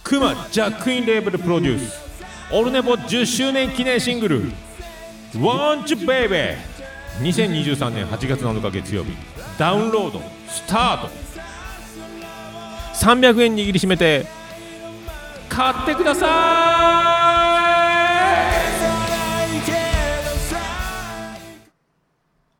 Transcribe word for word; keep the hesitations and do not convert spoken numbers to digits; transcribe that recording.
クマジャックインレーベルプロデュースオルネポじゅっしゅうねん記念シングル Want You Baby にせんにじゅうさんねんはちがつなのか月曜日ダウンロードスタート。さんびゃくえん握りしめて買ってください。